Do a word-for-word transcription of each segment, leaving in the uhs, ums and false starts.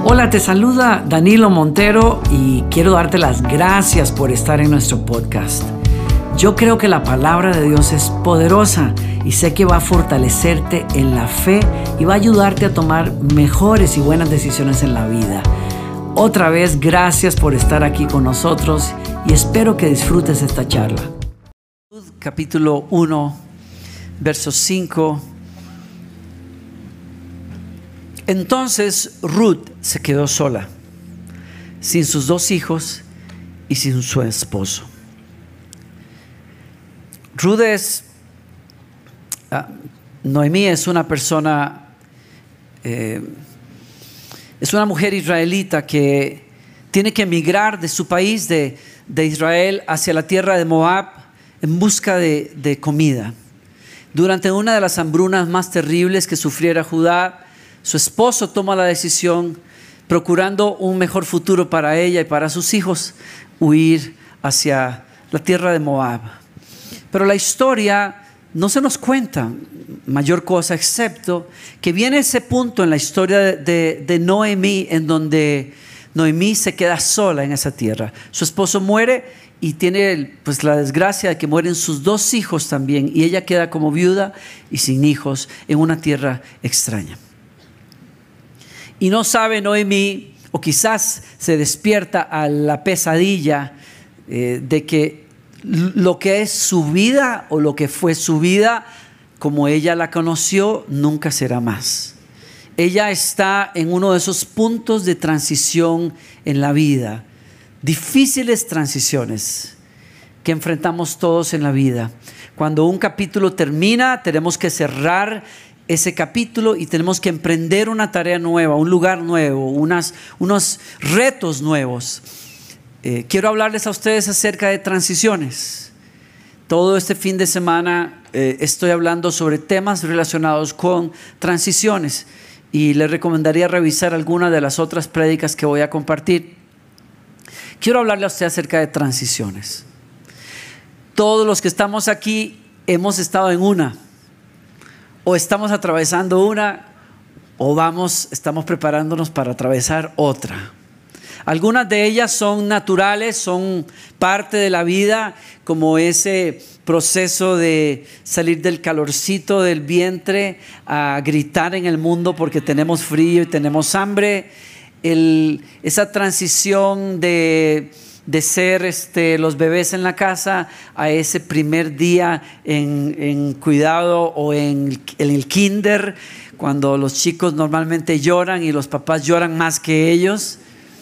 Hola, te saluda Danilo Montero y quiero darte las gracias por estar en nuestro podcast. Yo creo que la palabra de Dios es poderosa y sé que va a fortalecerte en la fe y va a ayudarte a tomar mejores y buenas decisiones en la vida. Otra vez, gracias por estar aquí con nosotros y espero que disfrutes esta charla. Capítulo uno, verso cinco. Entonces Ruth se quedó sola, sin sus dos hijos y sin su esposo. Ruth es, uh, Noemí es una persona, eh, es una mujer israelita que tiene que emigrar de su país, de, de Israel, hacia la tierra de Moab en busca de, de comida. Durante una de las hambrunas más terribles que sufriera Judá, su esposo toma la decisión, procurando un mejor futuro para ella y para sus hijos, huir hacia la tierra de Moab. Pero la historia no se nos cuenta mayor cosa, excepto que viene ese punto en la historia de, de, de Noemí, en donde Noemí se queda sola en esa tierra. Su esposo muere y tiene pues, la desgracia de que mueren sus dos hijos también, y ella queda como viuda y sin hijos en una tierra extraña. Y no sabe Noemí, o quizás se despierta a la pesadilla eh, de que lo que es su vida o lo que fue su vida, como ella la conoció, nunca será más. Ella está en uno de esos puntos de transición en la vida, difíciles transiciones que enfrentamos todos en la vida. Cuando un capítulo termina, tenemos que cerrar ese capítulo y tenemos que emprender una tarea nueva, un lugar nuevo, unas, unos retos nuevos. Eh, quiero hablarles a ustedes acerca de transiciones. Todo este fin de semana eh, estoy hablando sobre temas relacionados con transiciones y les recomendaría revisar alguna de las otras prédicas que voy a compartir. Quiero hablarle a usted acerca de transiciones. Todos los que estamos aquí hemos estado en una, o estamos atravesando una, o vamos, estamos preparándonos para atravesar otra. Algunas de ellas son naturales, son parte de la vida, como ese proceso de salir del calorcito del vientre a gritar en el mundo porque tenemos frío y tenemos hambre. El, esa transición de, de ser este, los bebés en la casa a ese primer día en, en cuidado o en, en el kinder, cuando los chicos normalmente lloran y los papás lloran más que ellos.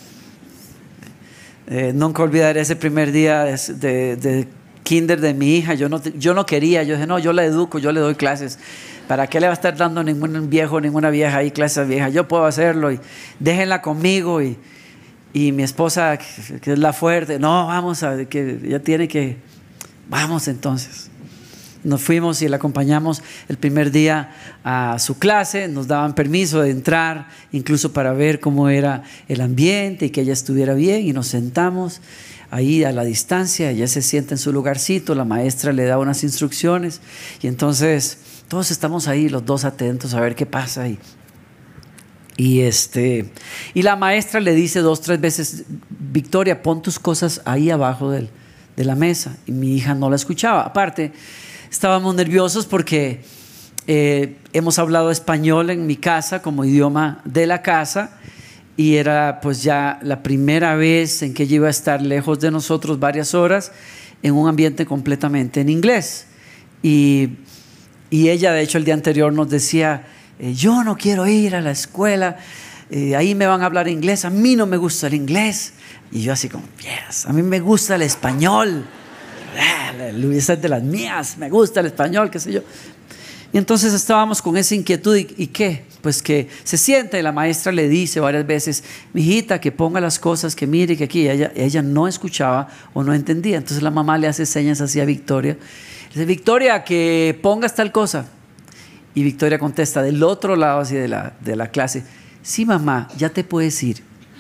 Eh, nunca olvidaré ese primer día de, de, de kinder de mi hija. Yo no, yo no quería, yo dije no, yo la educo, yo le doy clases. ¿Para qué le va a estar dando ningún viejo, ninguna vieja ahí clases viejas? Yo puedo hacerlo y déjenla conmigo. Y, y mi esposa, que es la fuerte, no, vamos a ver, que ella tiene que, vamos entonces. Nos fuimos y la acompañamos el primer día a su clase, nos daban permiso de entrar, incluso para ver cómo era el ambiente y que ella estuviera bien, y nos sentamos ahí a la distancia, ella se sienta en su lugarcito, la maestra le da unas instrucciones y entonces todos estamos ahí, los dos atentos a ver qué pasa. Y, y, este, y la maestra le dice dos, tres veces, Victoria, pon tus cosas ahí abajo del, de la mesa. Y mi hija no la escuchaba. Aparte, estábamos nerviosos porque eh, hemos hablado español en mi casa como idioma de la casa, y era pues ya la primera vez en que ella iba a estar lejos de nosotros varias horas en un ambiente completamente en inglés. Y, y ella de hecho el día anterior nos decía, eh, yo no quiero ir a la escuela, eh, ahí me van a hablar inglés, a mí no me gusta el inglés. Y yo así como, yes, a mí me gusta el español. Aleluya, esa es de las mías, me gusta el español, qué sé yo. Y entonces estábamos con esa inquietud. ¿Y, y qué? Pues que se sienta y la maestra le dice varias veces, mijita, que ponga las cosas, que mire, que aquí. Ella, ella no escuchaba o no entendía. Entonces la mamá le hace señas así a Victoria. Le dice, Victoria, que pongas tal cosa. Y Victoria contesta del otro lado así de la, de la clase, sí, mamá, ya te puedes ir.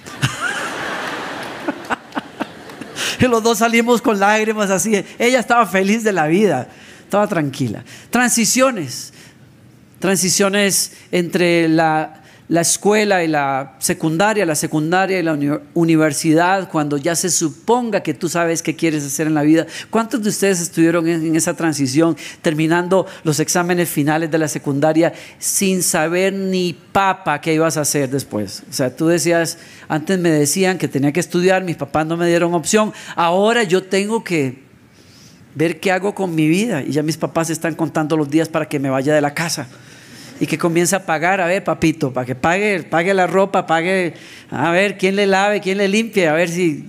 Y los dos salimos con lágrimas así. Ella estaba feliz de la vida, estaba tranquila. Transiciones. Transiciones entre la, la escuela y la secundaria, la secundaria y la uni- universidad, cuando ya se suponga que tú sabes qué quieres hacer en la vida. ¿Cuántos de ustedes estuvieron en, en esa transición, terminando los exámenes finales de la secundaria sin saber ni papa qué ibas a hacer después? O sea, tú decías, antes me decían que tenía que estudiar, mis papás no me dieron opción, ahora yo tengo que ver qué hago con mi vida, y ya mis papás están contando los días para que me vaya de la casa y que comience a pagar. A ver, papito, para que pague, pague la ropa, pague, a ver quién le lave, quién le limpie, a ver si...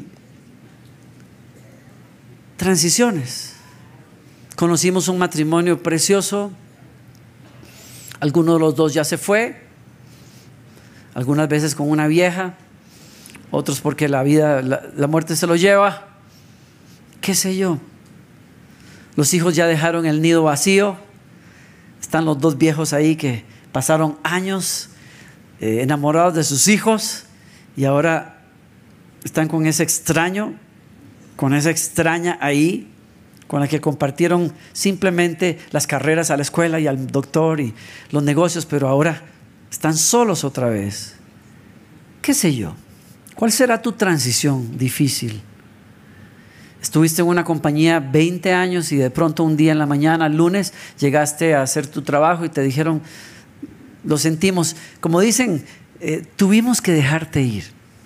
Transiciones. Conocimos un matrimonio precioso, alguno de los dos ya se fue, algunas veces con una vieja, otros porque la vida, la, la muerte se lo lleva, qué sé yo. Los hijos ya dejaron el nido vacío. Están los dos viejos ahí que pasaron años eh, enamorados de sus hijos, y ahora están con ese extraño, con esa extraña ahí, con la que compartieron simplemente las carreras a la escuela y al doctor y los negocios, pero ahora están solos otra vez. ¿Qué sé yo? ¿Cuál será tu transición difícil? Estuviste en una compañía veinte años y de pronto un día en la mañana, lunes, llegaste a hacer tu trabajo y te dijeron, lo sentimos, como dicen, eh, tuvimos que dejarte ir.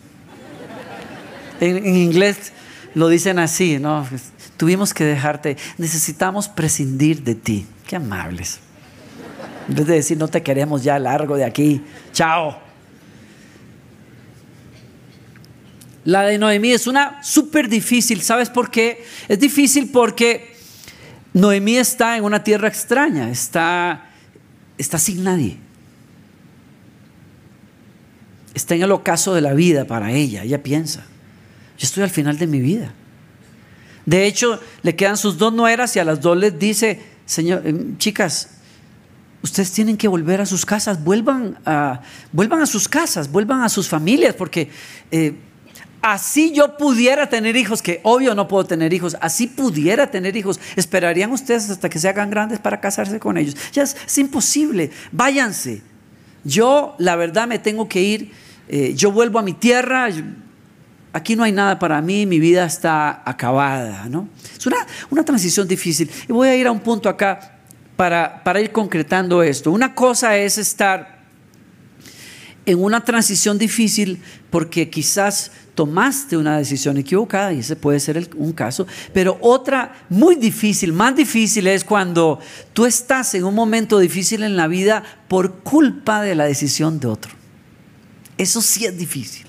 En, en inglés lo dicen así, ¿no? Tuvimos que dejarte, necesitamos prescindir de ti. Qué amables. En vez de decir, no te queremos, ya, largo de aquí, chao. La de Noemí es una súper difícil. ¿Sabes por qué? Es difícil porque Noemí está en una tierra extraña, está, está sin nadie. Está en el ocaso de la vida para ella. Ella piensa, yo estoy al final de mi vida. De hecho, le quedan sus dos nueras y a las dos les dice, señor, eh, chicas, ustedes tienen que volver a sus casas, vuelvan a, vuelvan a sus casas, vuelvan a sus familias, porque... Eh, así yo pudiera tener hijos, que obvio no puedo tener hijos, así pudiera tener hijos, ¿esperarían ustedes hasta que se hagan grandes para casarse con ellos? Ya es, es imposible, váyanse. Yo la verdad me tengo que ir, eh, yo vuelvo a mi tierra, yo, aquí no hay nada para mí, mi vida está acabada, ¿no? Es una, una transición difícil, y voy a ir a un punto acá para, para ir concretando esto. Una cosa es estar en una transición difícil porque quizás tomaste una decisión equivocada, y ese puede ser el, un caso, pero otra muy difícil, más difícil, es cuando tú estás en un momento difícil en la vida por culpa de la decisión de otro. Eso sí es difícil.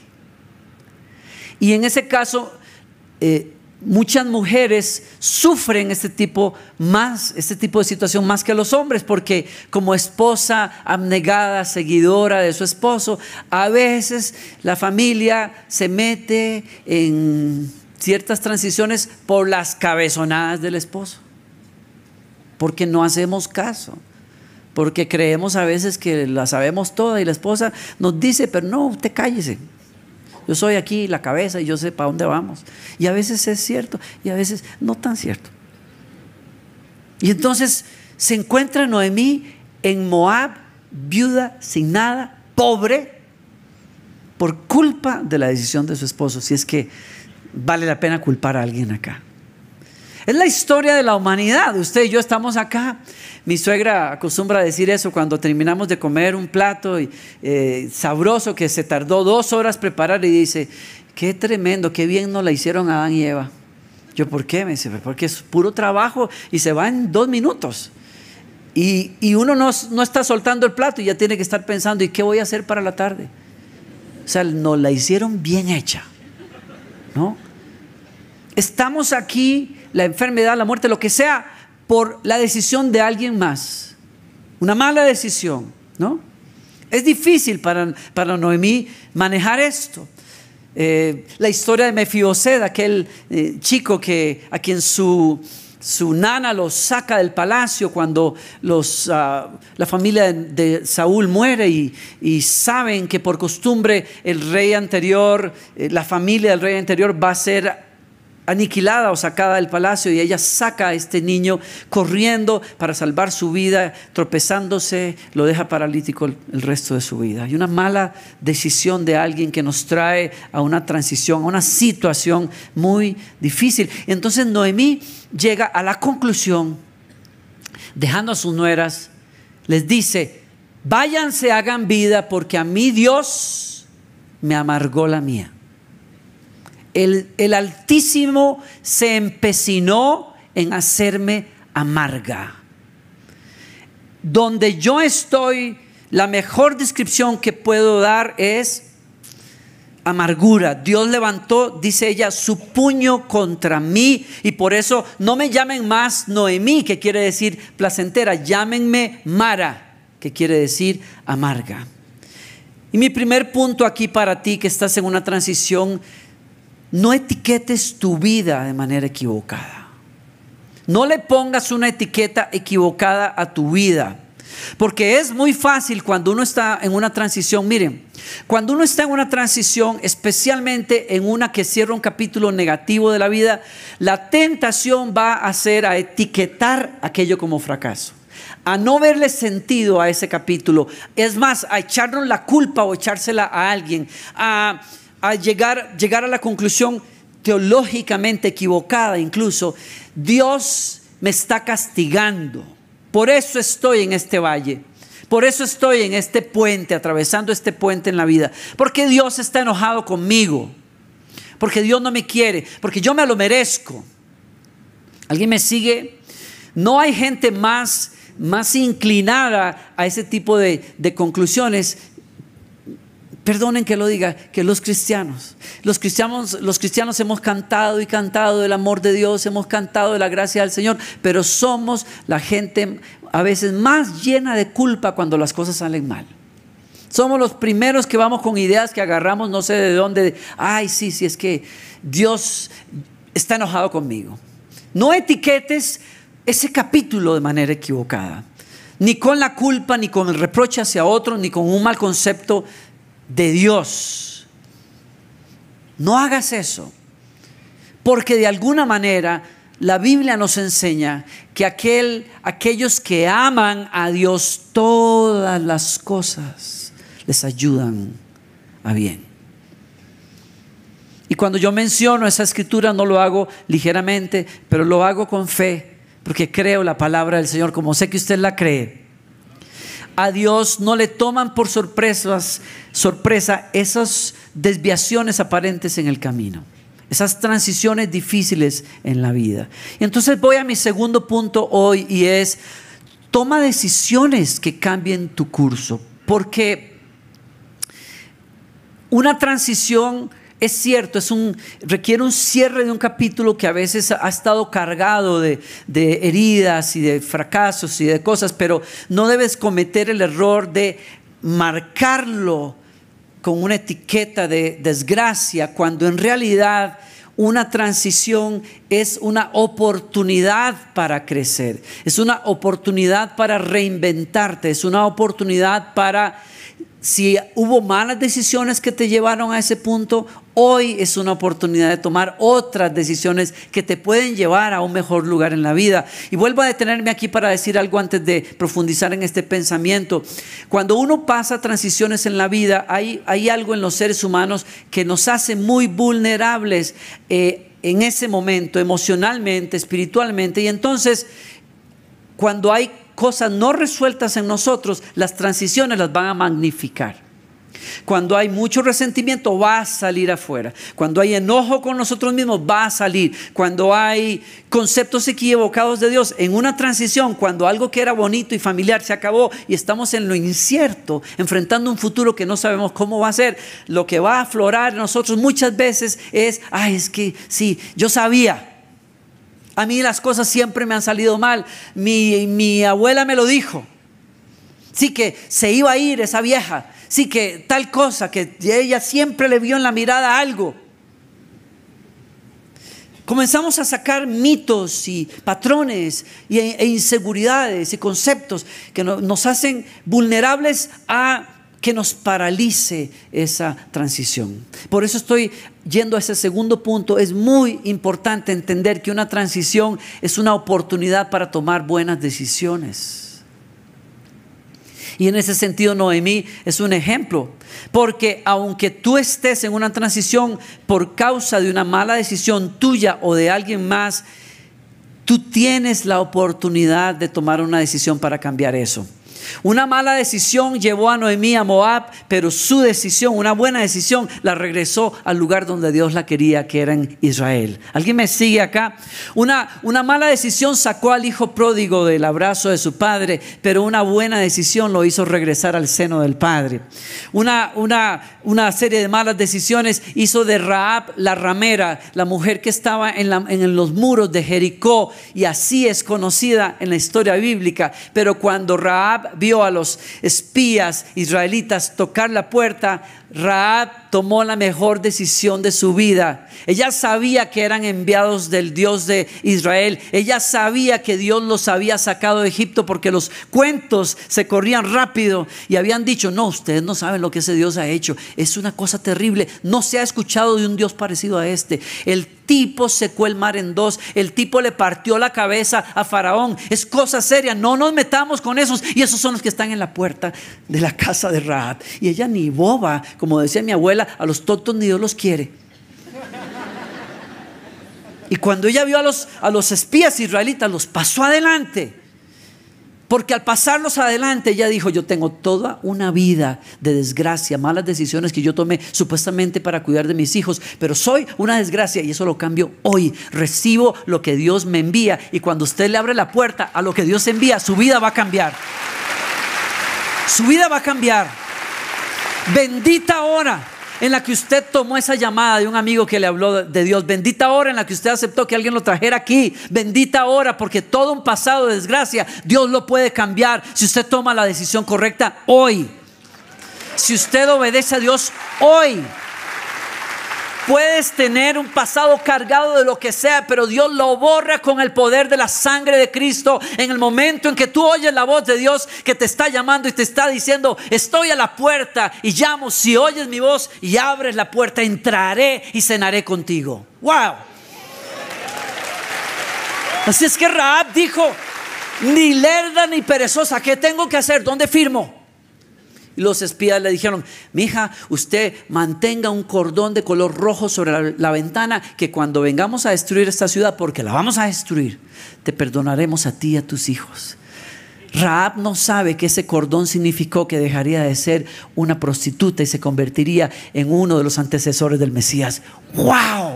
Y en ese caso, eh, muchas mujeres sufren este tipo más, este tipo de situación más que los hombres, porque como esposa abnegada, seguidora de su esposo, a veces la familia se mete en ciertas transiciones por las cabezonadas del esposo, porque no hacemos caso, porque creemos a veces que la sabemos toda y la esposa nos dice, pero no, usted cállese. Yo soy aquí la cabeza y yo sé para dónde vamos. Y a veces es cierto y a veces no tan cierto. Y entonces se encuentra Noemí en Moab, viuda, sin nada, pobre, por culpa de la decisión de su esposo. Si es que vale la pena culpar a alguien acá. Es la historia de la humanidad. Usted y yo estamos acá. Mi suegra acostumbra a decir eso cuando terminamos de comer un plato y, eh, sabroso que se tardó dos horas preparar, y dice, qué tremendo, qué bien nos la hicieron Adán y Eva. Yo, ¿por qué? Me dice, porque es puro trabajo y se va en dos minutos. Y, y uno no, no está soltando el plato y ya tiene que estar pensando, ¿y qué voy a hacer para la tarde? O sea, nos la hicieron bien hecha, ¿no? Estamos aquí, la enfermedad, la muerte, lo que sea, por la decisión de alguien más. Una mala decisión, ¿no? Es difícil para, para Noemí manejar esto. Eh, la historia de Mefiboset, aquel eh, chico que, a quien su, su nana lo saca del palacio cuando los, uh, la familia de, de Saúl muere, y, y saben que por costumbre el rey anterior, eh, la familia del rey anterior va a ser aniquilada o sacada del palacio, y ella saca a este niño corriendo para salvar su vida, tropezándose, lo deja paralítico el, el resto de su vida. Y una mala decisión de alguien que nos trae a una transición, a una situación muy difícil. Entonces Noemí llega a la conclusión, dejando a sus nueras, les dice: váyanse, hagan vida, porque a mí Dios me amargó la mía. El, el Altísimo se empecinó en hacerme amarga. Donde yo estoy, la mejor descripción que puedo dar es amargura. Dios levantó, dice ella, su puño contra mí, y por eso no me llamen más Noemí, que quiere decir placentera, llámenme Mara, que quiere decir amarga. Y mi primer punto aquí para ti que estás en una transición: no etiquetes tu vida de manera equivocada. No le pongas una etiqueta equivocada a tu vida, porque es muy fácil cuando uno está en una transición. Miren, cuando uno está en una transición, especialmente en una que cierra un capítulo negativo de la vida, la tentación va a ser a etiquetar aquello como fracaso, a no verle sentido a ese capítulo. Es más, a echarnos la culpa o echársela a alguien, a a llegar, llegar a la conclusión teológicamente equivocada incluso: Dios me está castigando, por eso estoy en este valle, por eso estoy en este puente, atravesando este puente en la vida, porque Dios está enojado conmigo, porque Dios no me quiere, porque yo me lo merezco. ¿Alguien me sigue? No hay gente más, más inclinada a ese tipo de, de conclusiones, perdonen que lo diga, que los cristianos. Los cristianos, los cristianos hemos cantado y cantado del amor de Dios, hemos cantado de la gracia del Señor, pero somos la gente a veces más llena de culpa cuando las cosas salen mal. Somos los primeros que vamos con ideas que agarramos no sé de dónde. Ay, sí, sí, es que Dios está enojado conmigo. No etiquetes ese capítulo de manera equivocada, ni con la culpa, ni con el reproche hacia otro, ni con un mal concepto de Dios. No hagas eso, porque de alguna manera la Biblia nos enseña que aquel, aquellos que aman a Dios, todas las cosas les ayudan a bien. Y cuando yo menciono esa escritura, no lo hago ligeramente, pero lo hago con fe, porque creo la palabra del Señor, como sé que usted la cree. A Dios no le toman por sorpresas, sorpresa esas desviaciones aparentes en el camino, esas transiciones difíciles en la vida. Y entonces voy a mi segundo punto hoy, y es: toma decisiones que cambien tu curso, porque una transición, es cierto, es un, requiere un cierre de un capítulo que a veces ha estado cargado de, de heridas y de fracasos y de cosas, pero no debes cometer el error de marcarlo con una etiqueta de desgracia, cuando en realidad una transición es una oportunidad para crecer, es una oportunidad para reinventarte, es una oportunidad para... Si hubo malas decisiones que te llevaron a ese punto, hoy es una oportunidad de tomar otras decisiones que te pueden llevar a un mejor lugar en la vida. Y vuelvo a detenerme aquí para decir algo antes de profundizar en este pensamiento. Cuando uno pasa transiciones en la vida, hay, hay algo en los seres humanos que nos hace muy vulnerables eh, en ese momento, emocionalmente, espiritualmente. Y entonces, cuando hay cosas no resueltas en nosotros, las transiciones las van a magnificar. Cuando hay mucho resentimiento, va a salir afuera. Cuando hay enojo con nosotros mismos, va a salir. Cuando hay conceptos equivocados de Dios, en una transición, cuando algo que era bonito y familiar se acabó y estamos en lo incierto, enfrentando un futuro que no sabemos cómo va a ser, lo que va a aflorar en nosotros muchas veces es: ay, es que sí, yo sabía. A mí las cosas siempre me han salido mal. Mi, mi abuela me lo dijo. Sí, que se iba a ir esa vieja. Sí, que tal cosa, que ella siempre le vio en la mirada algo. Comenzamos a sacar mitos y patrones y, e inseguridades y conceptos que no, nos hacen vulnerables a que nos paralice esa transición. Por eso estoy yendo a ese segundo punto. Es muy importante entender que una transición es una oportunidad para tomar buenas decisiones. Y en ese sentido Noemí es un ejemplo, porque aunque tú estés en una transición por causa de una mala decisión tuya o de alguien más, tú tienes la oportunidad de tomar una decisión para cambiar eso. Una mala decisión llevó a Noemí a Moab, pero su decisión, una buena decisión, la regresó al lugar donde Dios la quería, que era en Israel. ¿Alguien me sigue acá? Una, una mala decisión sacó al hijo pródigo del abrazo de su padre, pero una buena decisión lo hizo regresar al seno del padre. Una, una, una serie de malas decisiones hizo de Rahab la ramera, la mujer que estaba en, la, en los muros de Jericó, y así es conocida en la historia bíblica. Pero cuando Rahab vio a los espías israelitas tocar la puerta, Rahab tomó la mejor decisión de su vida. Ella sabía que eran enviados del Dios de Israel. Ella sabía que Dios los había sacado de Egipto, porque los cuentos se corrían rápido y habían dicho: no, ustedes no saben lo que ese Dios ha hecho. Es una cosa terrible. No se ha escuchado de un Dios parecido a este. El tipo secó el mar en dos. El tipo le partió la cabeza a Faraón. Es cosa seria. No nos metamos con esos. Y esos son los que están en la puerta de la casa de Rahab. Y ella, ni boba, como decía mi abuela, a los tontos ni Dios los quiere. Y cuando ella vio a los, a los espías israelitas, los pasó adelante. Porque al pasarlos adelante, ella dijo: yo tengo toda una vida de desgracia, malas decisiones que yo tomé supuestamente para cuidar de mis hijos, pero soy una desgracia, y eso lo cambio hoy. Recibo lo que Dios me envía, y cuando usted le abre la puerta a lo que Dios envía, su vida va a cambiar. Su vida va a cambiar. Bendita hora en la que usted tomó esa llamada de un amigo que le habló de Dios. Bendita hora en la que usted aceptó que alguien lo trajera aquí. Bendita hora, porque todo un pasado de desgracia Dios lo puede cambiar si usted toma la decisión correcta hoy. Si usted obedece a Dios hoy. Puedes tener un pasado cargado de lo que sea, pero Dios lo borra con el poder de la sangre de Cristo. En el momento en que tú oyes la voz de Dios que te está llamando y te está diciendo: estoy a la puerta y llamo. Si oyes mi voz y abres la puerta, entraré y cenaré contigo. ¡Wow! Así es que Rahab dijo: ni lerda ni perezosa, ¿qué tengo que hacer? ¿Dónde firmo? Y los espías le dijeron: mija, usted mantenga un cordón de color rojo sobre la, la ventana, que cuando vengamos a destruir esta ciudad, porque la vamos a destruir, te perdonaremos a ti y a tus hijos. Rahab no sabe que ese cordón significó que dejaría de ser una prostituta y se convertiría en uno de los antecesores del Mesías. ¡Wow!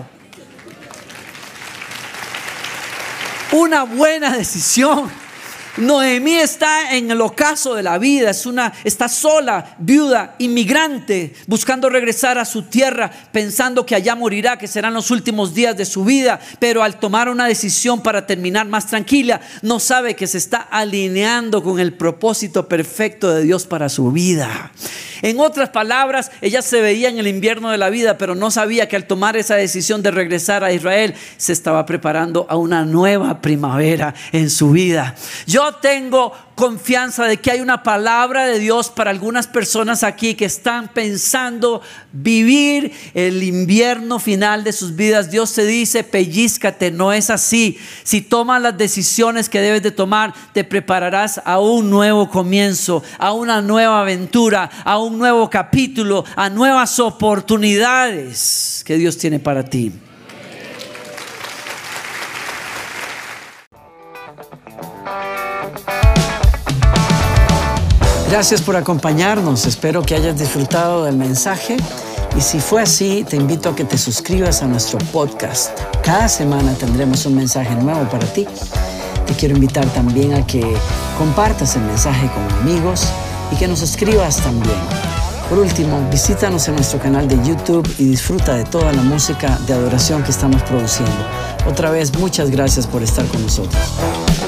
Una buena decisión. Noemí está en el ocaso de la vida. Es una, está sola, viuda, inmigrante, buscando regresar a su tierra, pensando que allá morirá, que serán los últimos días de su vida. Pero al tomar una decisión para terminar más tranquila, no sabe que se está alineando con el propósito perfecto de Dios para su vida. En otras palabras, ella se veía en el invierno de la vida, pero no sabía que al tomar esa decisión de regresar a Israel, se estaba preparando a una nueva primavera en su vida. Yo tengo confianza de que hay una palabra de Dios para algunas personas aquí que están pensando vivir el invierno final de sus vidas. Dios te dice: pellízcate, no es así. Si tomas las decisiones que debes de tomar, te prepararás a un nuevo comienzo, a una nueva aventura, a un nuevo capítulo, a nuevas oportunidades que Dios tiene para ti. Gracias por acompañarnos. Espero que hayas disfrutado del mensaje. Y si fue así, te invito a que te suscribas a nuestro podcast. Cada semana tendremos un mensaje nuevo para ti. Te quiero invitar también a que compartas el mensaje con amigos y que nos escribas también. Por último, visítanos en nuestro canal de YouTube y disfruta de toda la música de adoración que estamos produciendo. Otra vez, muchas gracias por estar con nosotros.